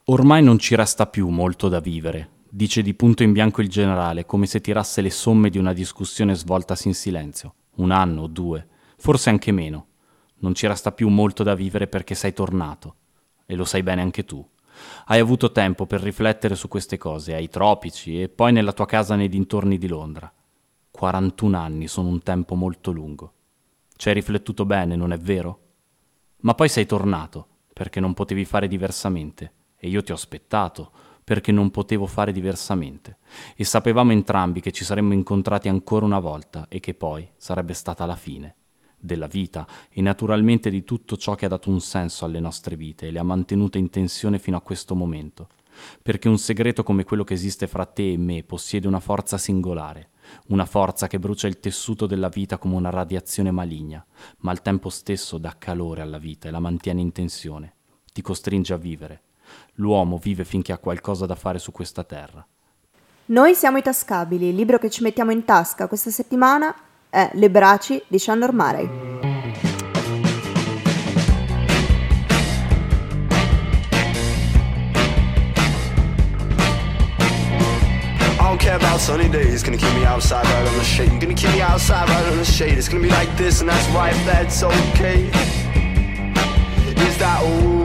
Ormai non ci resta più molto da vivere, dice di punto in bianco il generale, come se tirasse le somme di una discussione svoltasi in silenzio. 1 anno, 2, forse anche meno. Non ci resta più molto da vivere perché sei tornato. E lo sai bene anche tu. Hai avuto tempo per riflettere su queste cose, ai tropici e poi nella tua casa nei dintorni di Londra. 41 anni sono un tempo molto lungo. Ci hai riflettuto bene, non è vero? Ma poi sei tornato, perché non potevi fare diversamente. E io ti ho aspettato, perché non potevo fare diversamente. E sapevamo entrambi che ci saremmo incontrati ancora una volta e che poi sarebbe stata la fine della vita e naturalmente di tutto ciò che ha dato un senso alle nostre vite e le ha mantenute in tensione fino a questo momento. Perché un segreto come quello che esiste fra te e me possiede una forza singolare, una forza che brucia il tessuto della vita come una radiazione maligna, ma al tempo stesso dà calore alla vita e la mantiene in tensione, ti costringe a vivere. L'uomo vive finché ha qualcosa da fare su questa terra. Noi siamo i Tascabili, il libro che ci mettiamo in tasca questa settimana è Le braci di Sandor Marey. I don't care about sunny days, gonna keep me outside right on the shade. You're gonna keep me outside right on the shade. It's gonna be like this and that's right, that's okay. Is that okay?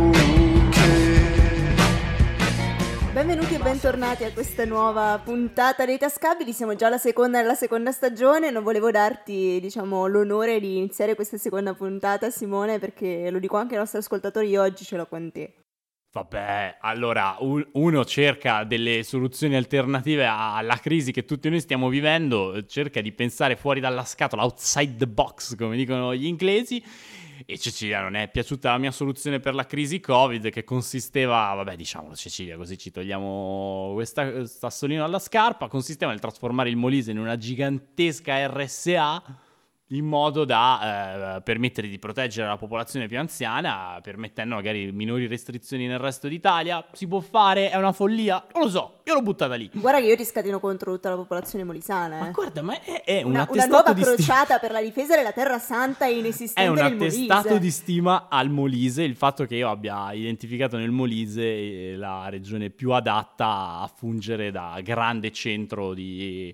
Benvenuti e bentornati a questa nuova puntata dei Tascabili. Siamo già alla seconda della seconda stagione. Non volevo darti, l'onore di iniziare questa seconda puntata, Simone, perché lo dico anche ai nostri ascoltatori, io oggi ce l'ho con te. Vabbè, allora, uno cerca delle soluzioni alternative alla crisi che tutti noi stiamo vivendo, cerca di pensare fuori dalla scatola, outside the box, come dicono gli inglesi, e Cecilia non è piaciuta la mia soluzione per la crisi Covid, che consisteva, vabbè, diciamolo Cecilia, così ci togliamo questo sassolino alla scarpa, consisteva nel trasformare il Molise in una gigantesca RSA, in modo da permettere di proteggere la popolazione più anziana, permettendo magari minori restrizioni nel resto d'Italia. Si può fare? È una follia? Non lo so, io l'ho buttata lì. Guarda che io ti scateno contro tutta la popolazione molisana. Ma guarda, ma è un una attestato nuova crociata per la difesa della terra santa e inesistente è un nel Molise. attestato di stima al Molise, il fatto che io abbia identificato nel Molise la regione più adatta a fungere da grande centro di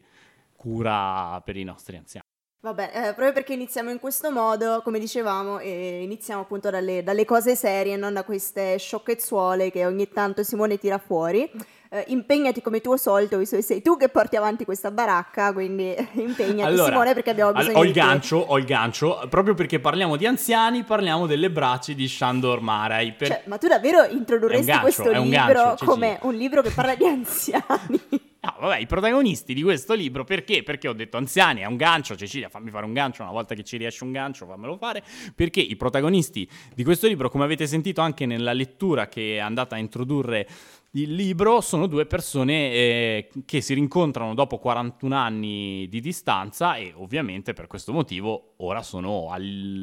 cura per i nostri anziani. Vabbè, proprio perché iniziamo in questo modo, come dicevamo, iniziamo appunto dalle cose serie, non da queste sciocchezzuole che ogni tanto Simone tira fuori. Impegnati come tuo solito, visto che sei tu che porti avanti questa baracca, quindi impegnati, allora, Simone, perché abbiamo bisogno ho il gancio, proprio perché parliamo di anziani, parliamo delle braci di Sandor Marey. Cioè, ma tu davvero introdurresti questo libro come un libro che parla di anziani? No, vabbè, i protagonisti di questo libro, perché? Perché ho detto anziani, è un gancio, Cecilia, fammi fare un gancio, una volta che ci riesce un gancio, fammelo fare, perché i protagonisti di questo libro, come avete sentito anche nella lettura che è andata a introdurre il libro, sono due persone che si rincontrano dopo 41 anni di distanza e ovviamente per questo motivo ora sono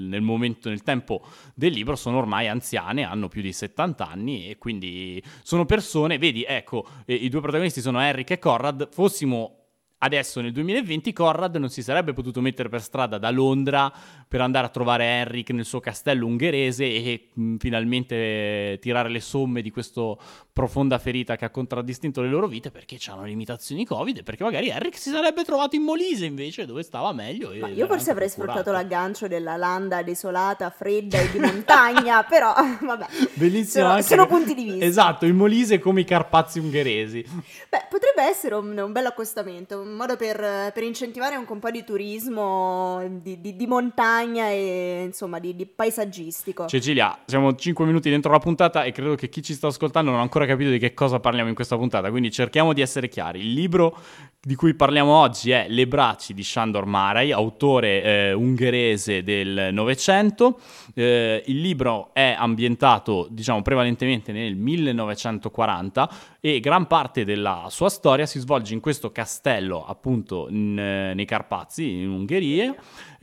nel tempo del libro sono ormai anziane, hanno più di 70 anni e quindi sono persone, vedi, ecco, i due protagonisti sono Eric e Conrad. Fossimo adesso nel 2020, Conrad non si sarebbe potuto mettere per strada da Londra per andare a trovare Henrik nel suo castello ungherese e finalmente tirare le somme di questa profonda ferita che ha contraddistinto le loro vite, perché c'hanno limitazioni Covid e perché magari Henrik si sarebbe trovato in Molise invece, dove stava meglio. Ma io forse avrei sfruttato l'aggancio della landa desolata, fredda e di montagna, però vabbè, bellissimo, sono punti di vista. Esatto, il Molise come i Carpazi ungheresi. Beh, potrebbe essere un bello accostamento, un modo per incentivare un po' di turismo di montagna e insomma di paesaggistico. Cecilia, siamo 5 minuti dentro la puntata e credo che chi ci sta ascoltando non ha ancora capito di che cosa parliamo in questa puntata, quindi cerchiamo di essere chiari. Il libro di cui parliamo oggi è Le braci di Sandor Marey, autore ungherese del Novecento. Il libro è ambientato, diciamo, prevalentemente nel 1940 e gran parte della sua storia si svolge in questo castello ovvero appunto nei Carpazi, in Ungheria,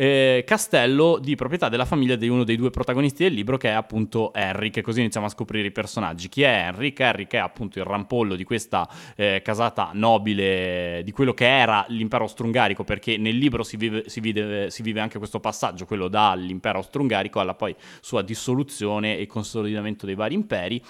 castello di proprietà della famiglia di uno dei due protagonisti del libro, che è appunto Henrik, e così iniziamo a scoprire i personaggi. Chi è Henrik? Henrik è appunto il rampollo di questa casata nobile di quello che era l'impero austro-ungarico, perché nel libro si vive anche questo passaggio, quello dall'impero austro-ungarico alla poi sua dissoluzione e consolidamento dei vari imperi.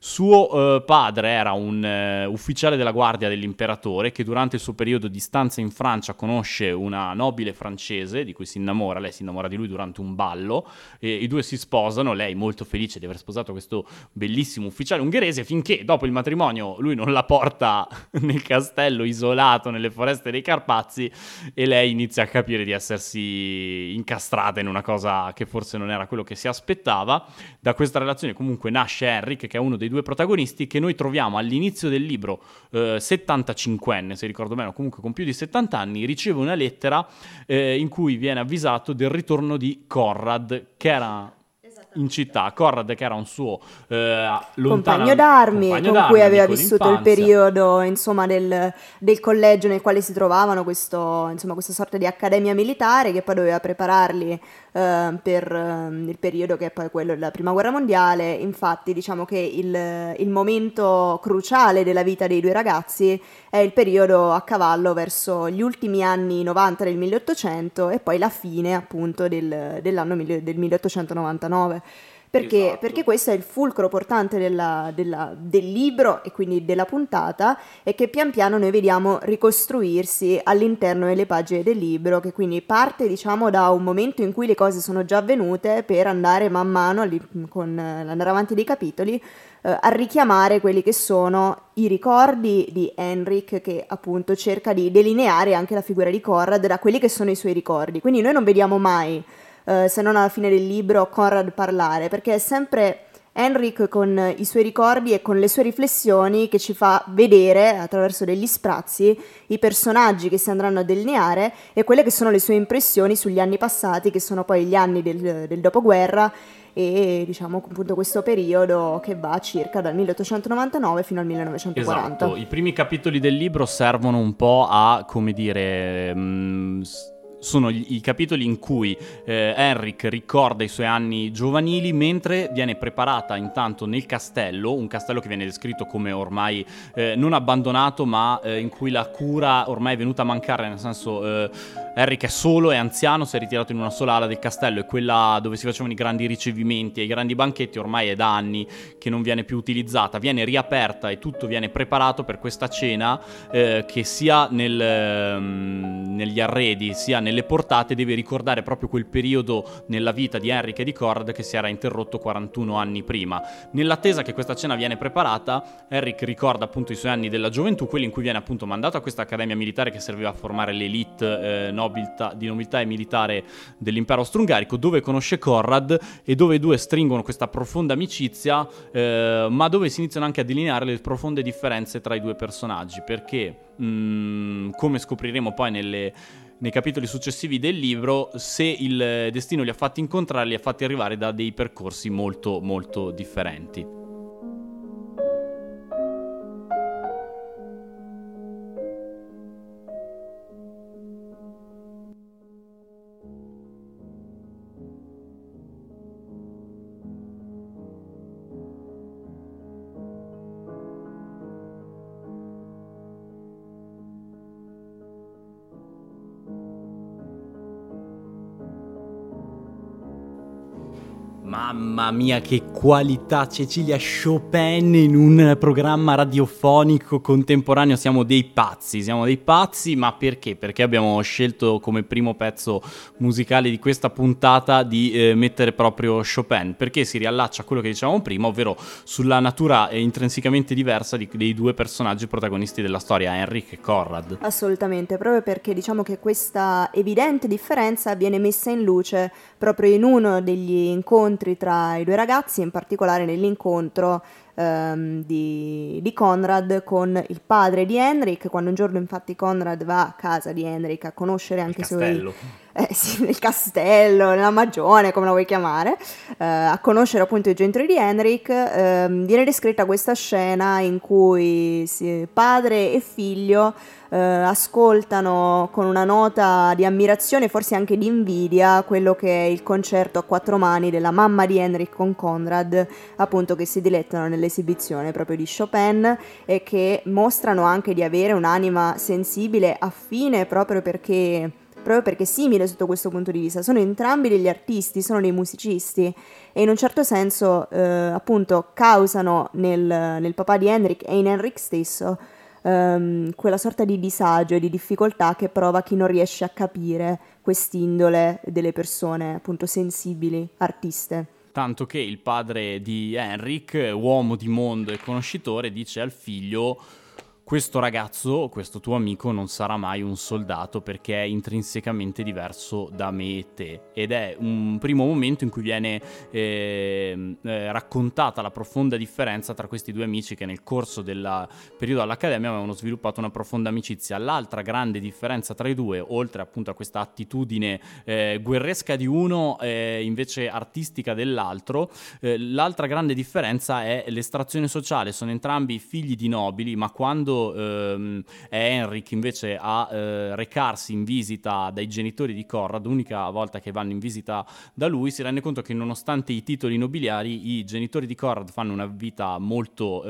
Suo padre era un ufficiale della guardia dell'imperatore che durante il suo periodo di stanza in Francia conosce una nobile francese di cui si innamora. Lei si innamora di lui durante un ballo e i due si sposano, lei molto felice di aver sposato questo bellissimo ufficiale ungherese, finché dopo il matrimonio lui non la porta nel castello isolato nelle foreste dei Carpazi e lei inizia a capire di essersi incastrata in una cosa che forse non era quello che si aspettava. Da questa relazione comunque nasce Henrik, che è uno dei due protagonisti, che noi troviamo all'inizio del libro 75enne, se ricordo bene, o comunque con più di 70 anni, riceve una lettera in cui viene avvisato del ritorno di Conrad, che era in città. Conrad, che era un suo compagno d'armi con cui aveva vissuto il periodo, insomma, del collegio nel quale si trovavano, questa sorta di accademia militare che poi doveva prepararli per il periodo che è poi quello della Prima Guerra Mondiale. Infatti diciamo che il momento cruciale della vita dei due ragazzi è il periodo a cavallo verso gli ultimi anni 90 del 1800 e poi la fine appunto dell'anno del 1899. Perché questo è il fulcro portante del libro e quindi della puntata, e che pian piano noi vediamo ricostruirsi all'interno delle pagine del libro, che quindi parte diciamo da un momento in cui le cose sono già avvenute per andare man mano con l'andare avanti dei capitoli a richiamare quelli che sono i ricordi di Henrik, che appunto cerca di delineare anche la figura di Conrad da quelli che sono i suoi ricordi. Quindi noi non vediamo mai se non alla fine del libro Conrad parlare, perché è sempre Henrik con i suoi ricordi e con le sue riflessioni che ci fa vedere attraverso degli sprazzi i personaggi che si andranno a delineare e quelle che sono le sue impressioni sugli anni passati, che sono poi gli anni del dopoguerra, e diciamo appunto questo periodo che va circa dal 1899 fino al 1940. Esatto, i primi capitoli del libro servono un po' a, come dire, sono i capitoli in cui Henrik ricorda i suoi anni giovanili, mentre viene preparata intanto nel castello, un castello che viene descritto come ormai non abbandonato, ma in cui la cura ormai è venuta a mancare, nel senso Henrik è solo, è anziano, si è ritirato in una sola ala del castello, e quella dove si facevano i grandi ricevimenti e i grandi banchetti ormai è da anni che non viene più utilizzata, viene riaperta e tutto viene preparato per questa cena che sia negli arredi sia nelle portate deve ricordare proprio quel periodo nella vita di Henrik e di Conrad che si era interrotto 41 anni prima. Nell'attesa che questa cena viene preparata, Henrik ricorda appunto i suoi anni della gioventù, quelli in cui viene appunto mandato a questa accademia militare che serviva a formare l'elite di nobiltà e militare dell'impero austro-ungarico, dove conosce Conrad e dove i due stringono questa profonda amicizia, ma dove si iniziano anche a delineare le profonde differenze tra i due personaggi, perché come scopriremo poi nei capitoli successivi del libro, se il destino li ha fatti incontrare, li ha fatti arrivare da dei percorsi molto molto differenti. Mamma mia, che qualità! Cecilia Chopin in un programma radiofonico contemporaneo. Siamo dei pazzi, ma perché? Perché abbiamo scelto come primo pezzo musicale di questa puntata di mettere proprio Chopin, perché si riallaccia a quello che dicevamo prima, ovvero sulla natura intrinsecamente diversa dei due personaggi protagonisti della storia, Henrik e Conrad. Assolutamente, proprio perché diciamo che questa evidente differenza viene messa in luce proprio in uno degli incontri tra i due ragazzi, in particolare nell'incontro di Conrad con il padre di Henrik, quando un giorno infatti Conrad va a casa di Henrik a conoscere anche i suoi sì, nel castello, nella magione, come la vuoi chiamare, a conoscere appunto i genitori di Henrik. Viene descritta questa scena in cui padre e figlio ascoltano con una nota di ammirazione, forse anche di invidia, quello che è il concerto a quattro mani della mamma di Henrik con Conrad, appunto, che si dilettano nell'esibizione proprio di Chopin e che mostrano anche di avere un'anima sensibile, affine, proprio perché simile sotto questo punto di vista. Sono entrambi degli artisti, sono dei musicisti e in un certo senso appunto causano nel papà di Henrik e in Henrik stesso quella sorta di disagio e di difficoltà che prova chi non riesce a capire quest'indole delle persone appunto sensibili, artiste. Tanto che il padre di Henrik, uomo di mondo e conoscitore, dice al figlio: questo ragazzo, questo tuo amico, non sarà mai un soldato perché è intrinsecamente diverso da me e te. Ed è un primo momento in cui viene raccontata la profonda differenza tra questi due amici che nel corso del periodo all'Accademia avevano sviluppato una profonda amicizia. L'altra grande differenza tra i due, oltre appunto a questa attitudine guerresca di uno invece artistica dell'altro, l'altra grande differenza è l'estrazione sociale. Sono entrambi figli di nobili, ma quando è Henrik invece a recarsi in visita dai genitori di Conrad, l'unica volta che vanno in visita da lui, si rende conto che nonostante i titoli nobiliari i genitori di Conrad fanno una vita molto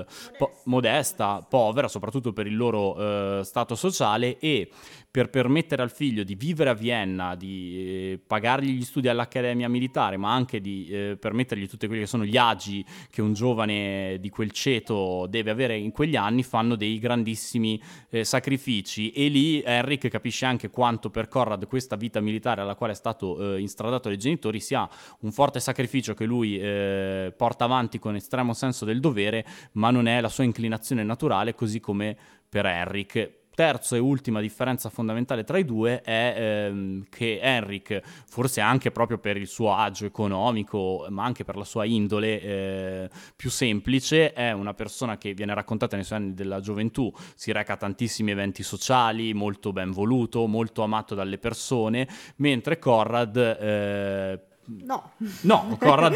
modesta, povera, soprattutto per il loro stato sociale, e per permettere al figlio di vivere a Vienna, di pagargli gli studi all'Accademia Militare, ma anche di permettergli tutti quelli che sono gli agi che un giovane di quel ceto deve avere in quegli anni, fanno dei grandissimi sacrifici. E lì Henrik capisce anche quanto per Conrad questa vita militare alla quale è stato instradato dai genitori sia un forte sacrificio che lui porta avanti con estremo senso del dovere, ma non è la sua inclinazione naturale, così come per Henrik. Terza e ultima differenza fondamentale tra i due è che Henrik, forse anche proprio per il suo agio economico, ma anche per la sua indole più semplice, è una persona che viene raccontata nei suoi anni della gioventù, si reca a tantissimi eventi sociali, molto ben voluto, molto amato dalle persone, mentre Conrad... No, Conrad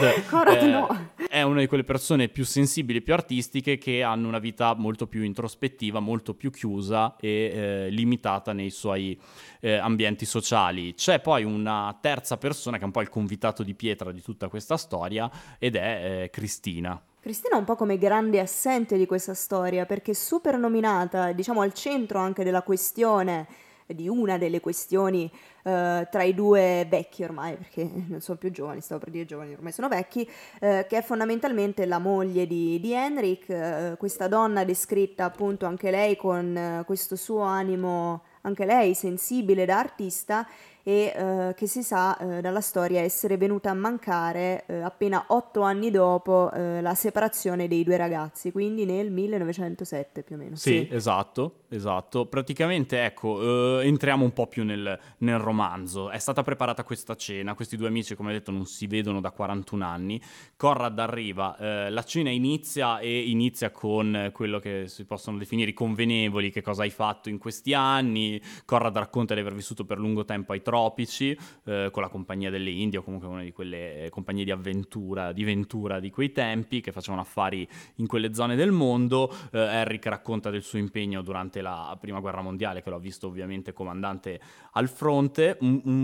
no. è una di quelle persone più sensibili, più artistiche, che hanno una vita molto più introspettiva, molto più chiusa e limitata nei suoi ambienti sociali. C'è poi una terza persona che è un po' il convitato di pietra di tutta questa storia, ed è Cristina. Cristina è un po' come grande assente di questa storia, perché è super nominata, diciamo al centro anche della questione, di una delle questioni tra i due vecchi ormai, perché non sono più giovani, stavo per dire giovani, ormai sono vecchi, che è fondamentalmente la moglie di Henrik, questa donna descritta appunto anche lei con questo suo animo, anche lei sensibile da artista, e che si sa dalla storia essere venuta a mancare appena 8 anni dopo la separazione dei due ragazzi, quindi nel 1907 più o meno. Sì, esatto. Praticamente, ecco, entriamo un po' più nel romanzo. È stata preparata questa cena, questi due amici, come detto, non si vedono da 41 anni. Conrad arriva, la cena inizia con quello che si possono definire i convenevoli: che cosa hai fatto in questi anni. Conrad racconta di aver vissuto per lungo tempo ai tropici, con la Compagnia delle Indie, o comunque una di quelle compagnie di ventura di quei tempi, che facevano affari in quelle zone del mondo. Henrik racconta del suo impegno durante la Prima Guerra Mondiale, che lo ha visto ovviamente comandante al fronte.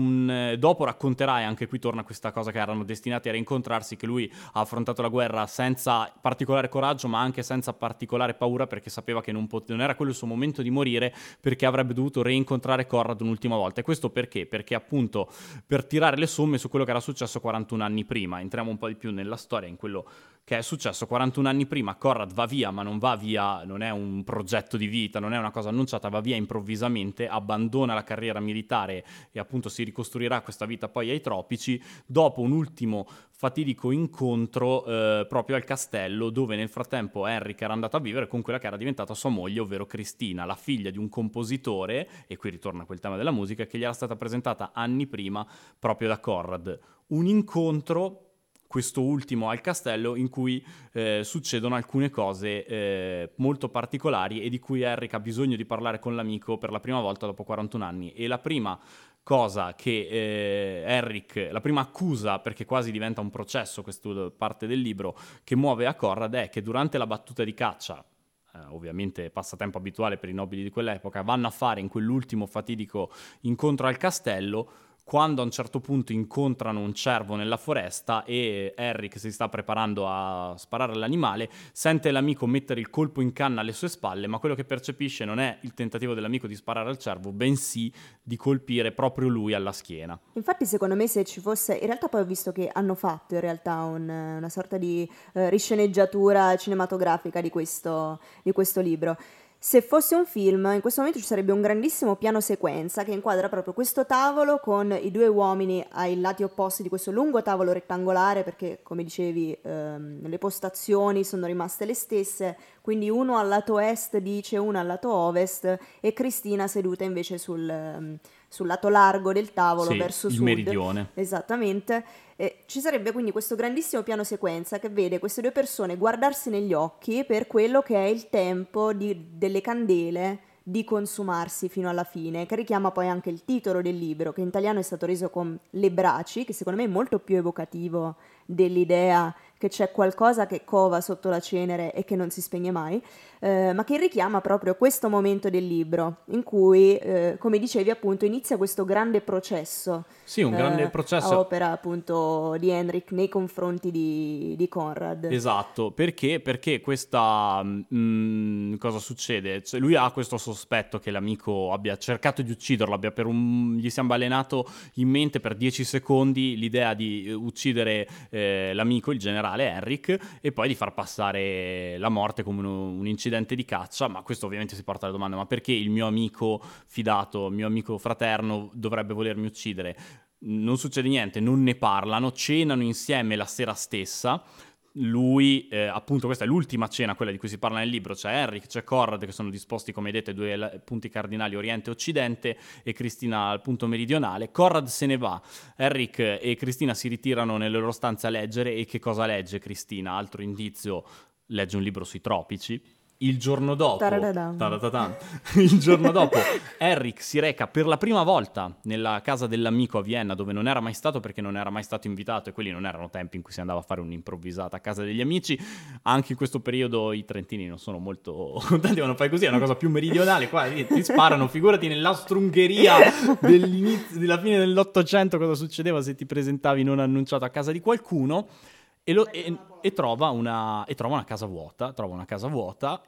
Dopo racconterà, e anche qui torna questa cosa che erano destinati a rincontrarsi, che lui ha affrontato la guerra senza particolare coraggio, ma anche senza particolare paura, perché sapeva che non era quello il suo momento di morire, perché avrebbe dovuto reincontrare Conrad un'ultima volta. E questo perché? Perché appunto per tirare le somme su quello che era successo 41 anni prima. Entriamo un po' di più nella storia, in quello che è successo 41 anni prima. Conrad va via, ma non va via, non è un progetto di vita, non è una cosa annunciata, va via improvvisamente, abbandona la carriera militare e appunto si ricostruirà questa vita poi ai tropici, dopo un ultimo fatidico incontro proprio al castello, dove nel frattempo Henrik era andato a vivere con quella che era diventata sua moglie, ovvero Cristina, la figlia di un compositore, e qui ritorna quel tema della musica, che gli era stata presentata anni prima proprio da Conrad. Un incontro questo ultimo al castello, in cui succedono alcune cose molto particolari e di cui Eric ha bisogno di parlare con l'amico per la prima volta dopo 41 anni. E la prima cosa che Eric, la prima accusa, perché quasi diventa un processo questa parte del libro, che muove a Conrad è che durante la battuta di caccia, ovviamente passatempo abituale per i nobili di quell'epoca, vanno a fare in quell'ultimo fatidico incontro al castello, quando a un certo punto incontrano un cervo nella foresta e Eric si sta preparando a sparare all'animale, sente l'amico mettere il colpo in canna alle sue spalle, ma quello che percepisce non è il tentativo dell'amico di sparare al cervo, bensì di colpire proprio lui alla schiena. Infatti secondo me se ci fosse, in realtà poi ho visto che hanno fatto in realtà una sorta di risceneggiatura cinematografica di questo libro. Se fosse un film, in questo momento ci sarebbe un grandissimo piano sequenza che inquadra proprio questo tavolo con i due uomini ai lati opposti di questo lungo tavolo rettangolare, perché come dicevi le postazioni sono rimaste le stesse, quindi uno al lato est dice, uno al lato ovest, e Cristina seduta invece sul lato largo del tavolo, sì, verso il sud. meridione. Esattamente. Ci sarebbe quindi questo grandissimo piano sequenza che vede queste due persone guardarsi negli occhi per quello che è il tempo delle candele di consumarsi fino alla fine, che richiama poi anche il titolo del libro, che in italiano è stato reso con Le braci, che secondo me è molto più evocativo dell'idea che c'è qualcosa che cova sotto la cenere e che non si spegne mai, ma che richiama proprio questo momento del libro, in cui, come dicevi appunto, inizia questo grande processo. Sì, un grande processo. A opera appunto di Henrik nei confronti di Conrad. Esatto, perché questa cosa succede? Cioè, lui ha questo sospetto che l'amico abbia cercato di ucciderlo, gli sia balenato in mente per 10 secondi l'idea di uccidere l'amico, il generale Henrik, e poi di far passare la morte come un incidente di caccia. Ma questo ovviamente si porta alla domanda: ma perché il mio amico fidato, il mio amico fraterno dovrebbe volermi uccidere? Non succede niente, non ne parlano, cenano insieme la sera stessa. Lui, appunto, questa è l'ultima cena, quella di cui si parla nel libro. C'è Henrik, c'è Conrad, che sono disposti, come detto, ai due punti cardinali oriente e occidente, e Cristina al punto meridionale. Conrad se ne va, Henrik e Cristina si ritirano nelle loro stanze a leggere. E che cosa legge Cristina? Altro indizio: legge un libro sui tropici. Il giorno dopo, Henrik si reca per la prima volta nella casa dell'amico a Vienna, dove non era mai stato perché non era mai stato invitato, e quelli non erano tempi in cui si andava a fare un'improvvisata a casa degli amici. Anche in questo periodo i trentini non sono molto contenti quando fai così, è una cosa più meridionale. Qua ti sparano, figurati nell'Austro-Ungheria della fine dell'Ottocento cosa succedeva se ti presentavi non annunciato a casa di qualcuno. E trova una casa vuota,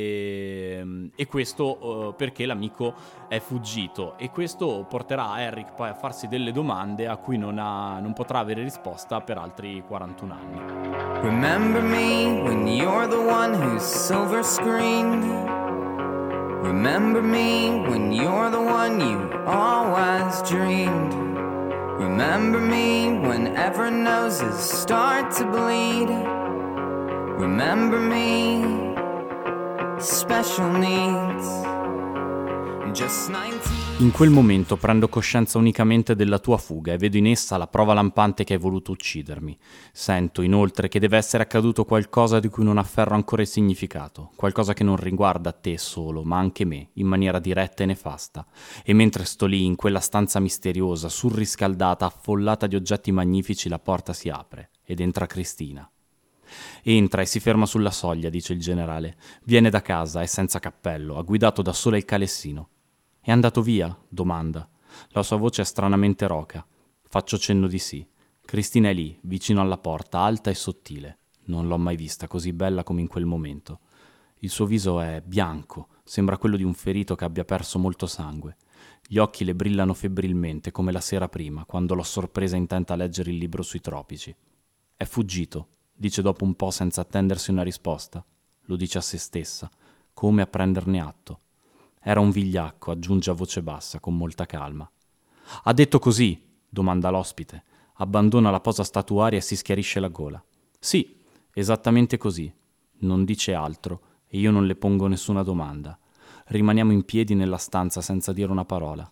e questo perché l'amico è fuggito, e questo porterà Henrik poi a farsi delle domande a cui non potrà avere risposta per altri 41 anni. Remember me when you're the one who's silver screened. Remember me when you're the one you always dreamed. Remember me whenever noses start to bleed. Remember me, special needs. Just 19. In quel momento prendo coscienza unicamente della tua fuga e vedo in essa la prova lampante che hai voluto uccidermi. Sento inoltre che deve essere accaduto qualcosa di cui non afferro ancora il significato, qualcosa che non riguarda te solo, ma anche me, in maniera diretta e nefasta. E mentre sto lì, in quella stanza misteriosa, surriscaldata, affollata di oggetti magnifici, la porta si apre ed entra Cristina. Entra e si ferma sulla soglia, dice il generale. Viene da casa, è senza cappello, ha guidato da sola il calessino. È andato via? Domanda. La sua voce è stranamente roca. Faccio cenno di sì. Cristina è lì, vicino alla porta, alta e sottile. Non l'ho mai vista così bella come in quel momento. Il suo viso è bianco, sembra quello di un ferito che abbia perso molto sangue. Gli occhi le brillano febbrilmente, come la sera prima, quando l'ho sorpresa intenta a leggere il libro sui tropici. È fuggito, dice dopo un po' senza attendersi una risposta. Lo dice a se stessa, come a prenderne atto. Era un vigliacco, aggiunge a voce bassa, con molta calma. Ha detto così? Domanda l'ospite. Abbandona la posa statuaria e si schiarisce la gola. Sì, esattamente così. Non dice altro e io non le pongo nessuna domanda. Rimaniamo in piedi nella stanza senza dire una parola.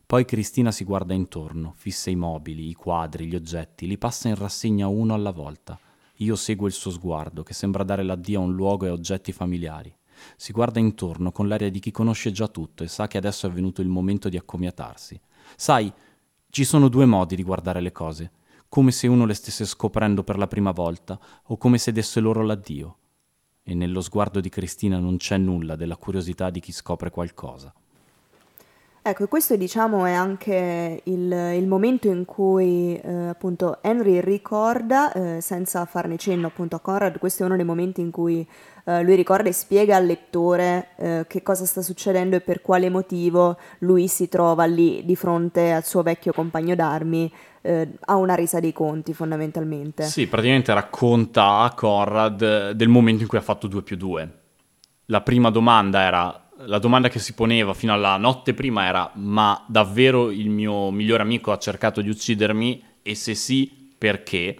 Poi Cristina si guarda intorno, fissa i mobili, i quadri, gli oggetti, li passa in rassegna uno alla volta. Io seguo il suo sguardo, che sembra dare l'addio a un luogo e a oggetti familiari. Si guarda intorno con l'aria di chi conosce già tutto e sa che adesso è venuto il momento di accomiatarsi. Sai, ci sono due modi di guardare le cose, come se uno le stesse scoprendo per la prima volta o come se desse loro l'addio. E nello sguardo di Cristina non c'è nulla della curiosità di chi scopre qualcosa. Ecco, questo diciamo è anche il momento in cui appunto Henry ricorda, senza farne cenno appunto a Conrad, questo è uno dei momenti in cui lui ricorda e spiega al lettore che cosa sta succedendo e per quale motivo lui si trova lì di fronte al suo vecchio compagno d'armi a una resa dei conti fondamentalmente. Sì, praticamente racconta a Conrad del momento in cui ha fatto 2+2. La prima domanda era... La domanda che si poneva fino alla notte prima era: ma davvero il mio migliore amico ha cercato di uccidermi? E se sì, perché?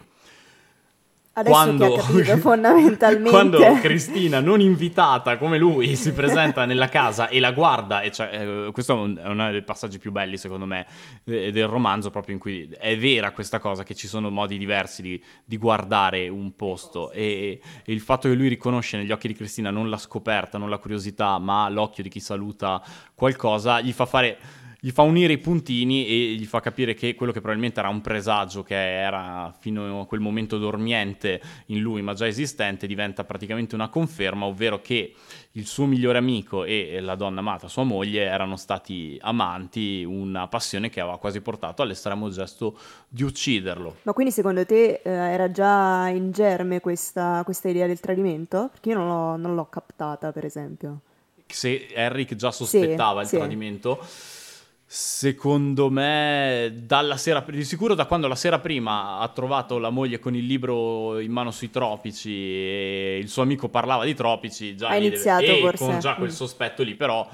Adesso che ha capito fondamentalmente. Quando Cristina, non invitata come lui, si presenta nella casa e la guarda, e cioè, questo è uno dei passaggi più belli secondo me del romanzo, proprio in cui è vera questa cosa, che ci sono modi diversi di guardare un posto, e il fatto che lui riconosce negli occhi di Cristina non la scoperta, non la curiosità, ma l'occhio di chi saluta qualcosa, gli fa unire i puntini e gli fa capire che quello che probabilmente era un presagio, che era fino a quel momento dormiente in lui ma già esistente, diventa praticamente una conferma, ovvero che il suo migliore amico e la donna amata, sua moglie, erano stati amanti, una passione che aveva quasi portato all'estremo gesto di ucciderlo. Ma quindi secondo te era già in germe questa idea del tradimento? Perché io non l'ho captata, per esempio. Se Eric già sospettava il tradimento... Secondo me, di sicuro da quando la sera prima ha trovato la moglie con il libro in mano sui tropici e il suo amico parlava di tropici, già ha iniziato forse. Con già quel sospetto lì, però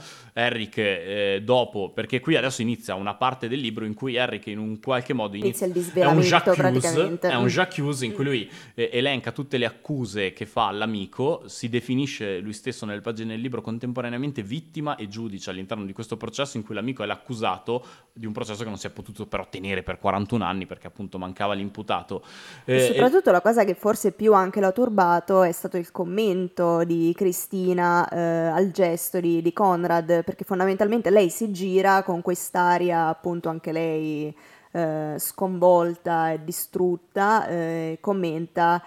Eric dopo, perché qui adesso inizia una parte del libro in cui Eric in un qualche modo inizia il disvelamento praticamente. È un j'accuse in cui lui elenca tutte le accuse che fa all'amico, si definisce lui stesso nelle pagine del libro contemporaneamente vittima e giudice all'interno di questo processo in cui l'amico è l'accusato di un processo che non si è potuto però tenere per 41 anni perché appunto mancava l'imputato. E soprattutto la cosa che forse più anche l'ha turbato è stato il commento di Cristina al gesto di Conrad, perché fondamentalmente lei si gira con quest'aria appunto anche lei sconvolta e distrutta, commenta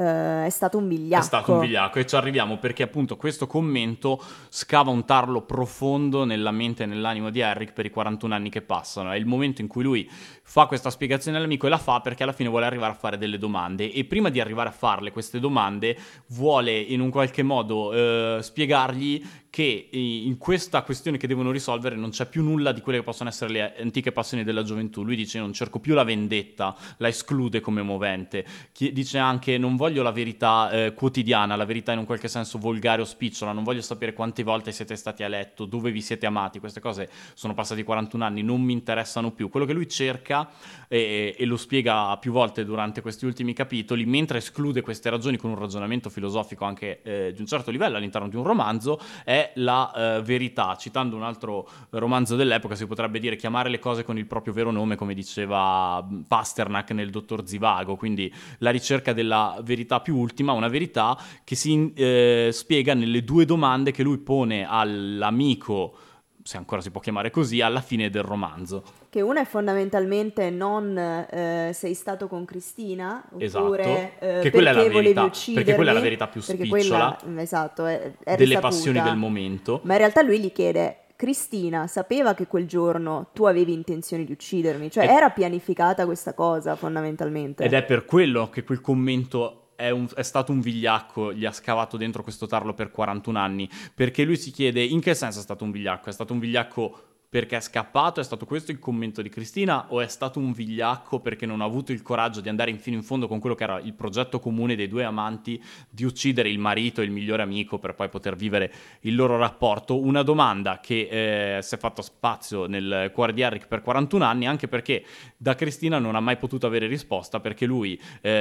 è stato un vigliacco. È stato un vigliacco, e ci arriviamo perché appunto questo commento scava un tarlo profondo nella mente e nell'animo di Eric per i 41 anni che passano. È il momento in cui lui fa questa spiegazione all'amico, e la fa perché alla fine vuole arrivare a fare delle domande, e prima di arrivare a farle queste domande vuole in un qualche modo spiegargli che in questa questione che devono risolvere non c'è più nulla di quelle che possono essere le antiche passioni della gioventù. Lui dice: non cerco più la vendetta, la esclude come movente. Dice anche: non voglio la verità quotidiana, la verità in un qualche senso volgare o spicciola, non voglio sapere quante volte siete stati a letto, dove vi siete amati, queste cose sono passati 41 anni, non mi interessano più. Quello che lui cerca, e lo spiega più volte durante questi ultimi capitoli, mentre esclude queste ragioni con un ragionamento filosofico anche di un certo livello all'interno di un romanzo, è la verità. Citando un altro romanzo dell'epoca, si potrebbe dire chiamare le cose con il proprio vero nome, come diceva Pasternak nel Dottor Zivago, quindi la ricerca della verità più ultima, una verità che si spiega nelle due domande che lui pone all'amico, se ancora si può chiamare così, alla fine del romanzo. Che una è fondamentalmente non sei stato con Cristina, oppure esatto. Che quella è la verità, uccidermi, perché quella è la verità più spicciola, esatto, è delle risaputa. passioni del momento. Ma in realtà lui gli chiede: Cristina sapeva che quel giorno tu avevi intenzione di uccidermi? Cioè era pianificata questa cosa fondamentalmente. Ed è per quello che quel commento è stato un vigliacco, gli ha scavato dentro questo tarlo per 41 anni, perché lui si chiede in che senso è stato un vigliacco. È stato un vigliacco perché è scappato? È stato questo il commento di Cristina? O è stato un vigliacco perché non ha avuto il coraggio di andare fino in fondo con quello che era il progetto comune dei due amanti, di uccidere il marito e il migliore amico per poi poter vivere il loro rapporto? Una domanda che si è fatta spazio nel cuore di Eric per 41 anni, anche perché da Cristina non ha mai potuto avere risposta, perché lui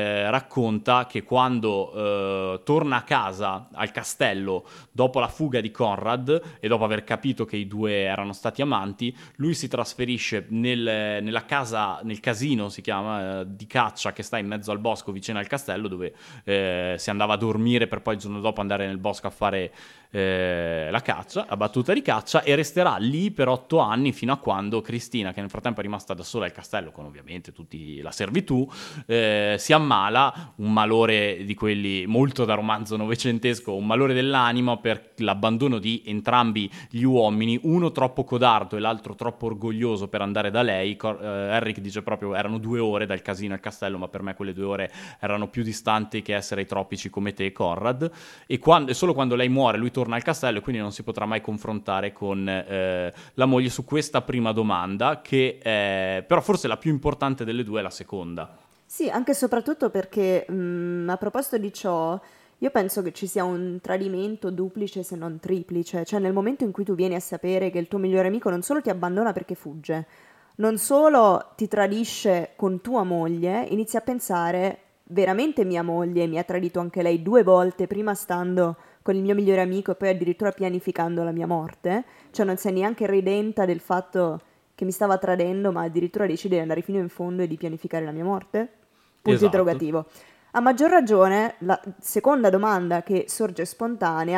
racconta che quando torna a casa, al castello, dopo la fuga di Conrad e dopo aver capito che i due erano stati amanti, diamanti, lui si trasferisce nella casa, nel casino si chiama, di caccia che sta in mezzo al bosco vicino al castello, dove si andava a dormire per poi il giorno dopo andare nel bosco a fare la caccia, la battuta di caccia, e resterà lì per 8 anni fino a quando Cristina, che nel frattempo è rimasta da sola al castello con ovviamente tutti la servitù, si ammala, un malore di quelli molto da romanzo novecentesco, un malore dell'anima per l'abbandono di entrambi gli uomini, uno troppo codardo e l'altro troppo orgoglioso per andare da lei. Henrik dice proprio: erano 2 ore dal casino al castello, ma per me quelle 2 ore erano più distanti che essere ai tropici come te, Conrad. E solo quando lei muore lui torna al castello, e quindi non si potrà mai confrontare con la moglie su questa prima domanda, che però forse la più importante delle due è la seconda. Sì, anche e soprattutto perché a proposito di ciò, io penso che ci sia un tradimento duplice se non triplice, cioè nel momento in cui tu vieni a sapere che il tuo migliore amico non solo ti abbandona perché fugge, non solo ti tradisce con tua moglie, inizi a pensare: veramente mia moglie mi ha tradito anche lei 2 volte, prima stando con il mio migliore amico e poi addirittura pianificando la mia morte, cioè non sei neanche redenta del fatto che mi stava tradendo, ma addirittura decide di andare fino in fondo e di pianificare la mia morte? Punto Esatto. interrogativo. A maggior ragione, la seconda domanda che sorge spontanea,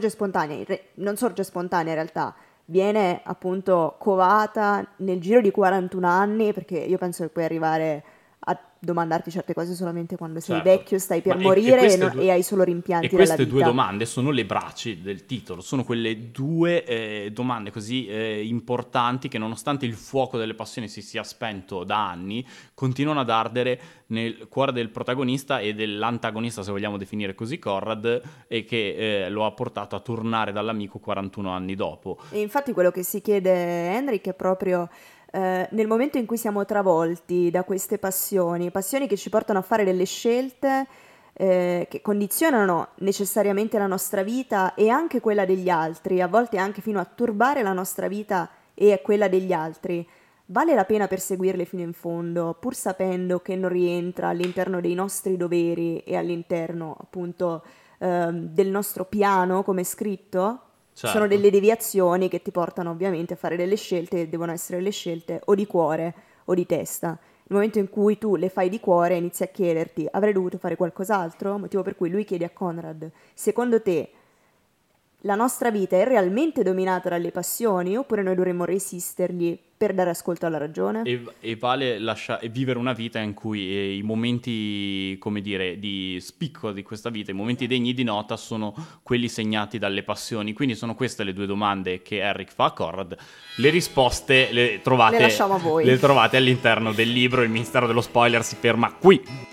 non sorge spontanea in realtà, viene appunto covata nel giro di 41 anni, perché io penso che puoi arrivare a domandarti certe cose solamente quando sei Certo. vecchio, stai per Ma morire queste e hai solo rimpianti E della queste vita. 2 domande sono le braci del titolo, sono quelle 2 domande così importanti che, nonostante il fuoco delle passioni si sia spento da anni, continuano ad ardere nel cuore del protagonista e dell'antagonista, se vogliamo definire così, Conrad, e che lo ha portato a tornare dall'amico 41 anni dopo. E infatti quello che si chiede Henrik è proprio nel momento in cui siamo travolti da queste passioni che ci portano a fare delle scelte che condizionano necessariamente la nostra vita e anche quella degli altri, a volte anche fino a turbare la nostra vita e quella degli altri. Vale la pena perseguirle fino in fondo, pur sapendo che non rientra all'interno dei nostri doveri e all'interno appunto del nostro piano come scritto? Certo. Sono delle deviazioni che ti portano ovviamente a fare delle scelte, e devono essere le scelte o di cuore o di testa. Nel momento in cui tu le fai di cuore inizi a chiederti: avrei dovuto fare qualcos'altro? Motivo per cui lui chiede a Conrad: secondo te la nostra vita è realmente dominata dalle passioni, oppure noi dovremmo resistergli per dare ascolto alla ragione? E vale vivere una vita in cui i momenti, come dire, di spicco di questa vita, i momenti degni di nota, sono quelli segnati dalle passioni. Quindi sono queste le 2 domande che Henrik fa a Conrad. Le risposte le lasciamo a voi. le trovate all'interno del libro. Il Ministero dello Spoiler si ferma qui.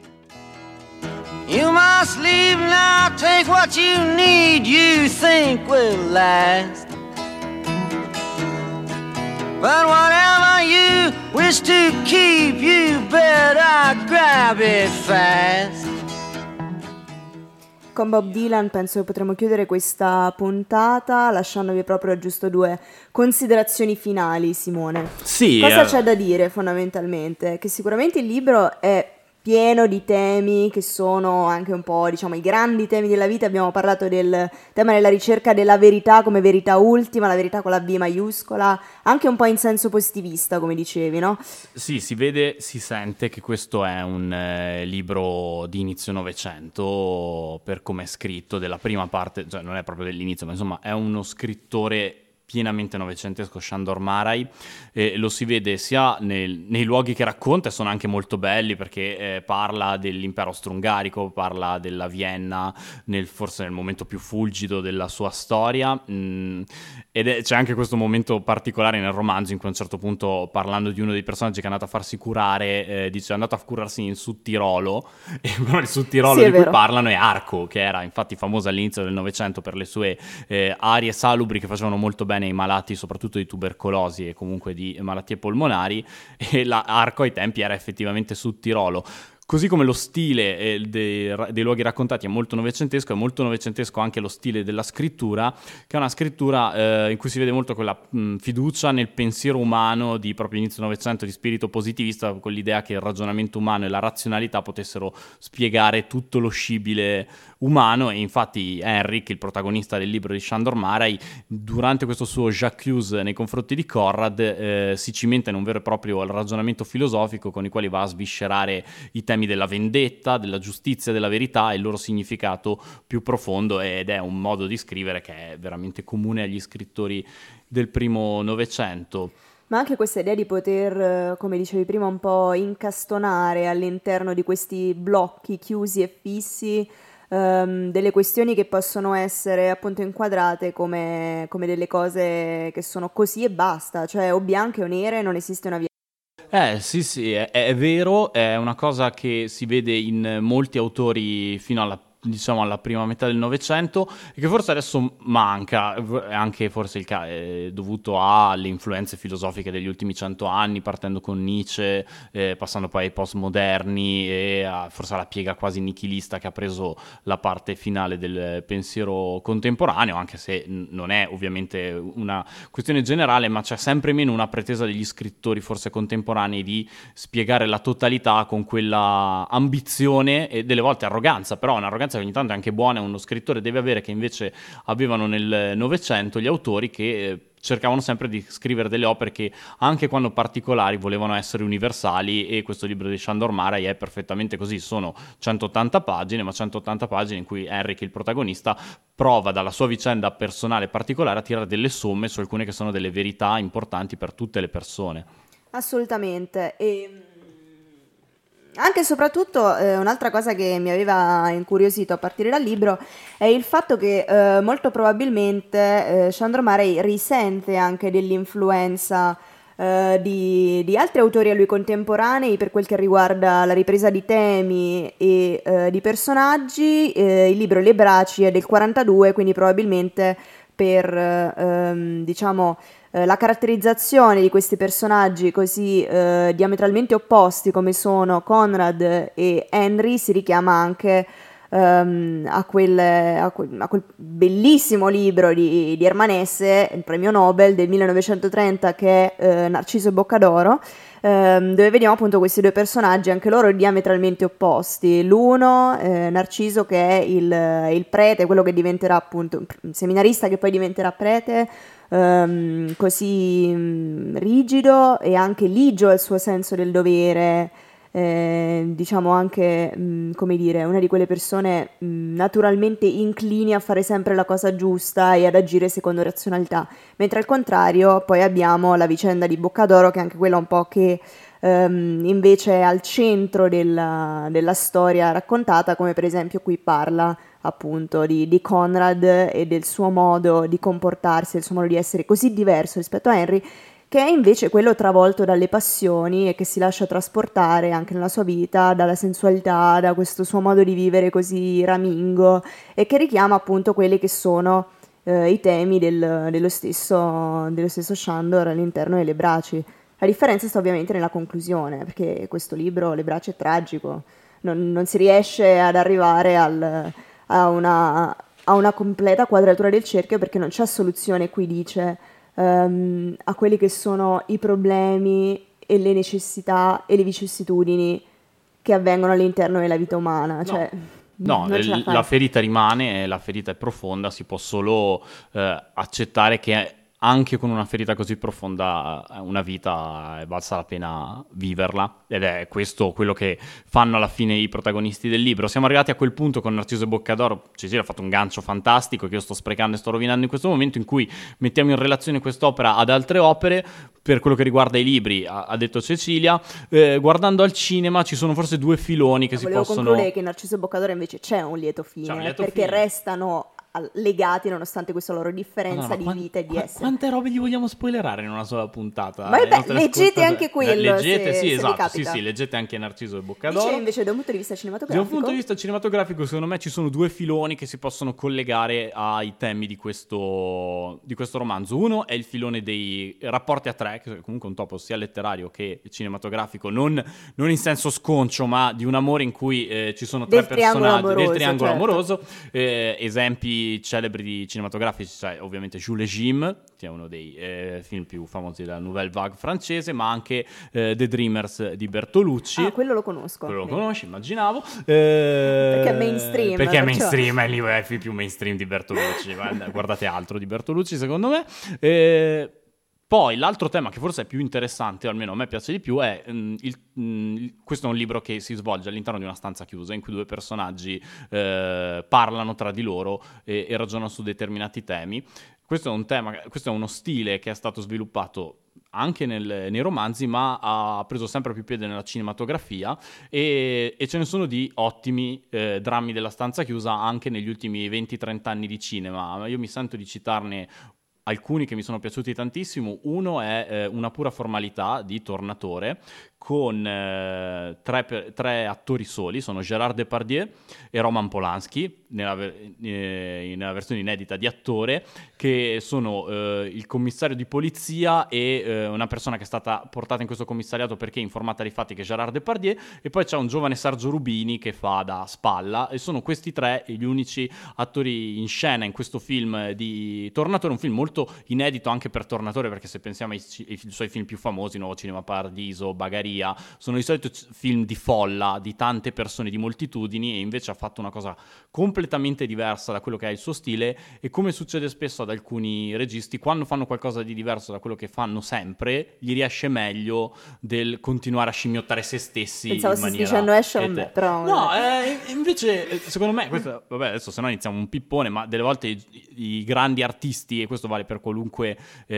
You must leave now, take what you need, you think will last. But whatever you wish to keep, you better grab it fast. Con Bob Dylan penso che potremmo chiudere questa puntata lasciandovi proprio giusto 2 considerazioni finali, Simone. Sì. Cosa c'è da dire fondamentalmente? Che sicuramente il libro è pieno di temi che sono anche un po', diciamo, i grandi temi della vita. Abbiamo parlato del tema della ricerca della verità come verità ultima, la verità con la V maiuscola, anche un po' in senso positivista, come dicevi, no? Sì, si vede, si sente che questo è un libro di inizio Novecento, per come è scritto, della prima parte, cioè non è proprio dell'inizio, ma insomma è uno scrittore pienamente novecentesco, Sándor Márai, lo si vede sia nei luoghi che racconta, e sono anche molto belli perché parla dell'impero austro-ungarico, parla della Vienna, forse nel momento più fulgido della sua storia, c'è anche questo momento particolare nel romanzo in cui a un certo punto, parlando di uno dei personaggi che è andato a farsi curare, dice è andato a curarsi in Sud Tirolo, e il Sud Tirolo di cui parlano è Arco, che era infatti famosa all'inizio del Novecento per le sue arie salubri che facevano molto bene ai malati soprattutto di tubercolosi e comunque di malattie polmonari, e Arco ai tempi era effettivamente Sud Tirolo. Così come lo stile dei luoghi raccontati è molto novecentesco anche lo stile della scrittura, che è una scrittura in cui si vede molto quella fiducia nel pensiero umano di proprio inizio Novecento, di spirito positivista, con l'idea che il ragionamento umano e la razionalità potessero spiegare tutto lo scibile umano. E infatti Henrik, il protagonista del libro di Sándor Márai, durante questo suo j'accuse nei confronti di Conrad, si cimenta in un vero e proprio ragionamento filosofico con i quali va a sviscerare i temi della vendetta, della giustizia, della verità e il loro significato più profondo, ed è un modo di scrivere che è veramente comune agli scrittori del primo Novecento. Ma anche questa idea di poter, come dicevi prima, un po' incastonare all'interno di questi blocchi chiusi e fissi delle questioni che possono essere appunto inquadrate come delle cose che sono così e basta, cioè o bianche o nere, non esiste una via. Sì, è vero, è una cosa che si vede in molti autori fino alla prima metà del Novecento, e che forse adesso manca, anche forse è dovuto alle influenze filosofiche degli ultimi 100 anni, partendo con Nietzsche, passando poi ai postmoderni e forse alla piega quasi nichilista che ha preso la parte finale del pensiero contemporaneo, anche se non è ovviamente una questione generale, ma c'è sempre meno una pretesa degli scrittori forse contemporanei di spiegare la totalità con quella ambizione e delle volte arroganza, però un'arroganza che ogni tanto è anche buona, uno scrittore deve avere, che invece avevano nel Novecento gli autori che cercavano sempre di scrivere delle opere che anche quando particolari volevano essere universali, e questo libro di Sándor Márai è perfettamente così. Sono 180 pagine, ma 180 pagine in cui Henrik, il protagonista, prova dalla sua vicenda personale particolare a tirare delle somme su alcune che sono delle verità importanti per tutte le persone. Assolutamente. E anche e soprattutto un'altra cosa che mi aveva incuriosito a partire dal libro è il fatto che molto probabilmente Sándor Márai risente anche dell'influenza di altri autori a lui contemporanei per quel che riguarda la ripresa di temi e di personaggi. Il libro Le Braci è del 42, quindi probabilmente per diciamo la caratterizzazione di questi personaggi così diametralmente opposti come sono Conrad e Henry si richiama anche a quel bellissimo libro di Hermann Hesse, il premio Nobel del 1930, che è Narciso e Boccadoro, dove vediamo appunto questi due personaggi, anche loro diametralmente opposti. L'uno, Narciso, che è il prete, quello che diventerà appunto seminarista, che poi diventerà prete, così rigido e anche ligio al suo senso del dovere, diciamo anche come dire, una di quelle persone naturalmente inclini a fare sempre la cosa giusta e ad agire secondo razionalità, mentre al contrario poi abbiamo la vicenda di Boccadoro, che è anche quella un po' che invece è al centro della storia raccontata, come per esempio qui parla appunto di Conrad e del suo modo di comportarsi, del suo modo di essere così diverso rispetto a Henry, che è invece quello travolto dalle passioni e che si lascia trasportare anche nella sua vita dalla sensualità, da questo suo modo di vivere così ramingo, e che richiama appunto quelli che sono i temi dello stesso Sándor all'interno delle Braci. La differenza sta ovviamente nella conclusione, perché questo libro, Le Braci, è tragico, non si riesce ad arrivare a una completa quadratura del cerchio, perché non c'è soluzione, qui dice, a quelli che sono i problemi e le necessità e le vicissitudini che avvengono all'interno della vita umana. Cioè, no, la ferita rimane, la ferita è profonda, si può solo accettare che anche con una ferita così profonda una vita è valsa la pena viverla, ed è questo quello che fanno alla fine i protagonisti del libro. Siamo arrivati a quel punto con Narciso e Boccadoro. Cecilia ha fatto un gancio fantastico che io sto sprecando e sto rovinando in questo momento, in cui mettiamo in relazione quest'opera ad altre opere. Per quello che riguarda i libri, ha detto Cecilia, guardando al cinema ci sono forse due filoni che si possono... Volevo concludere che Narciso e Boccadoro invece c'è un lieto fine, perché restano legati nonostante questa loro differenza Madonna, di vita e di essere. Quante robe gli vogliamo spoilerare in una sola puntata? Ma leggete anche quello, leggete, se sì, vi esatto, capita. sì, leggete anche Narciso e Boccadoro. Dice invece da un punto di vista Da cinematografico. un punto di vista cinematografico, secondo me ci sono due filoni che si possono collegare ai temi di questo romanzo. Uno è il filone dei rapporti a tre, che è comunque un topo sia letterario che cinematografico, non in senso sconcio, ma di un amore in cui ci sono tre personaggi del triangolo amoroso. Esempi celebri di cinematografici, cioè ovviamente Jules et Jim, che è uno dei film più famosi della Nouvelle Vague francese, ma anche The Dreamers di Bertolucci. Ah, quello lo conosco. Quello lo conosci, immaginavo. Perché è mainstream. Perché è perciò. mainstream, è il film più mainstream di Bertolucci. Guardate altro di Bertolucci, secondo me. Poi l'altro tema che forse è più interessante, o almeno a me piace di più, è questo è un libro che si svolge all'interno di una stanza chiusa in cui due personaggi parlano tra di loro e ragionano su determinati temi. Questo è uno stile che è stato sviluppato anche nei romanzi, ma ha preso sempre più piede nella cinematografia e ce ne sono di ottimi drammi della stanza chiusa anche negli ultimi 20-30 anni di cinema. Io mi sento di citarne alcuni che mi sono piaciuti tantissimo. Uno è Una pura formalità di Tornatore, con tre attori soli, sono Gérard Depardieu e Roman Polanski, nella versione inedita di attore, che sono il commissario di polizia e una persona che è stata portata in questo commissariato perché è informata dei fatti, che è Gérard Depardieu, e poi c'è un giovane Sergio Rubini che fa da spalla, e sono questi tre gli unici attori in scena in questo film di Tornatore, un film molto inedito anche per Tornatore, perché se pensiamo ai suoi film più famosi, Nuovo Cinema Paradiso, Bagaria, sono di solito film di folla, di tante persone, di moltitudini, e invece ha fatto una cosa completamente diversa da quello che è il suo stile. E come succede spesso ad alcuni registi, quando fanno qualcosa di diverso da quello che fanno sempre, gli riesce meglio del continuare a scimmiottare se stessi. Pensavo in stessi maniera dicendo però no, invece secondo me questo, vabbè, adesso se no iniziamo un pippone, ma delle volte i grandi artisti, e questo vale per qualunque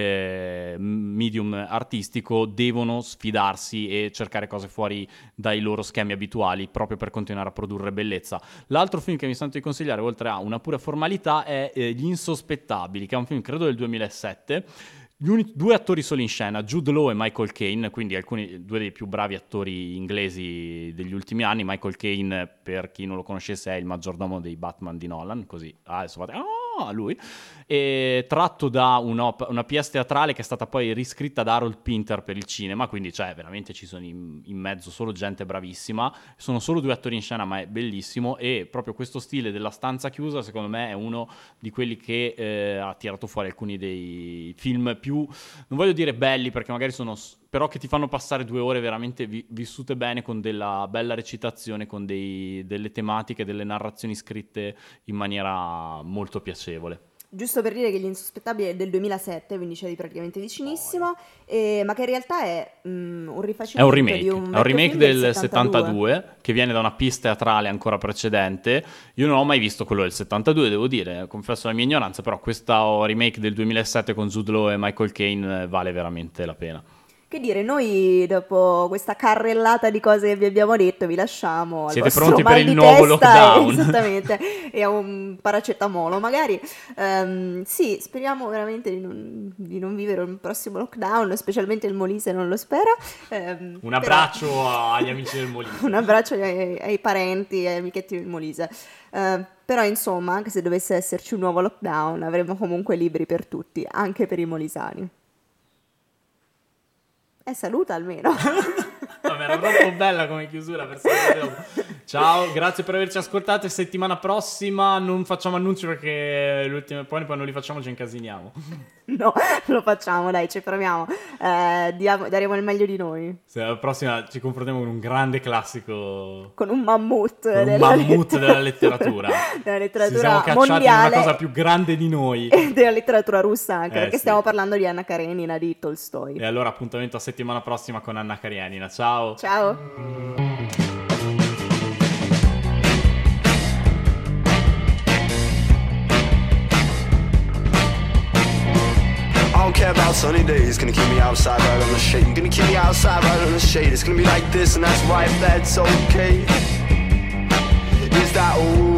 medium artistico, devono sfidarsi e cercare cose fuori dai loro schemi abituali proprio per continuare a produrre bellezza. L'altro film che mi sento di consigliare, oltre a Una pura formalità, è Gli Insospettabili, che è un film credo del 2007. Due attori soli in scena, Jude Law e Michael Caine, quindi due dei più bravi attori inglesi degli ultimi anni. Michael Caine, per chi non lo conoscesse, è il maggiordomo dei Batman di Nolan, così adesso fate lui, e tratto da una pièce teatrale che è stata poi riscritta da Harold Pinter per il cinema, quindi cioè veramente ci sono in mezzo solo gente bravissima, sono solo due attori in scena, ma è bellissimo. E proprio questo stile della stanza chiusa secondo me è uno di quelli che ha tirato fuori alcuni dei film più, non voglio dire belli perché magari sono, però che ti fanno passare 2 ore veramente vissute bene, con della bella recitazione, con delle tematiche, delle narrazioni scritte in maniera molto piacevole. Giusto per dire che Gli Insospettabili è del 2007, quindi c'è praticamente vicinissimo, ma che in realtà è un rifacimento di un remake del 72 che viene da una pista teatrale ancora precedente. Io non ho mai visto quello del 72, devo dire, confesso la mia ignoranza, però questo remake del 2007 con Jude Law e Michael Caine vale veramente la pena. Che dire, noi dopo questa carrellata di cose che vi abbiamo detto vi lasciamo al Siete vostro pronti mal per il di nuovo testa, lockdown? esattamente, e a un paracetamolo magari. Sì, speriamo veramente di non vivere un prossimo lockdown, specialmente il Molise non lo spera. Un abbraccio agli amici del Molise. Un abbraccio ai parenti e ai amichetti del Molise. Però insomma, anche se dovesse esserci un nuovo lockdown, avremo comunque libri per tutti, anche per i molisani. Saluta almeno. Vabbè, era troppo bella come chiusura per sapere. Ciao, grazie per averci ascoltato. Settimana prossima non facciamo annunci perché poi non li facciamo, ci incasiniamo. No, lo facciamo, dai, ci proviamo. Daremo il meglio di noi. La prossima ci confrontiamo con un grande classico, con un mammut della letteratura. Della letteratura ci siamo cacciati mondiale, in una cosa più grande di noi. E della letteratura russa anche, perché sì. Stiamo parlando di Anna Karenina, di Tolstoi. E allora appuntamento a settimana prossima con Anna Karenina. Ciao. Ciao. I don't care about sunny days, gonna keep me outside right on the shade. You're gonna keep me outside right on the shade. It's gonna be like this and that's right, that's okay. Is that all?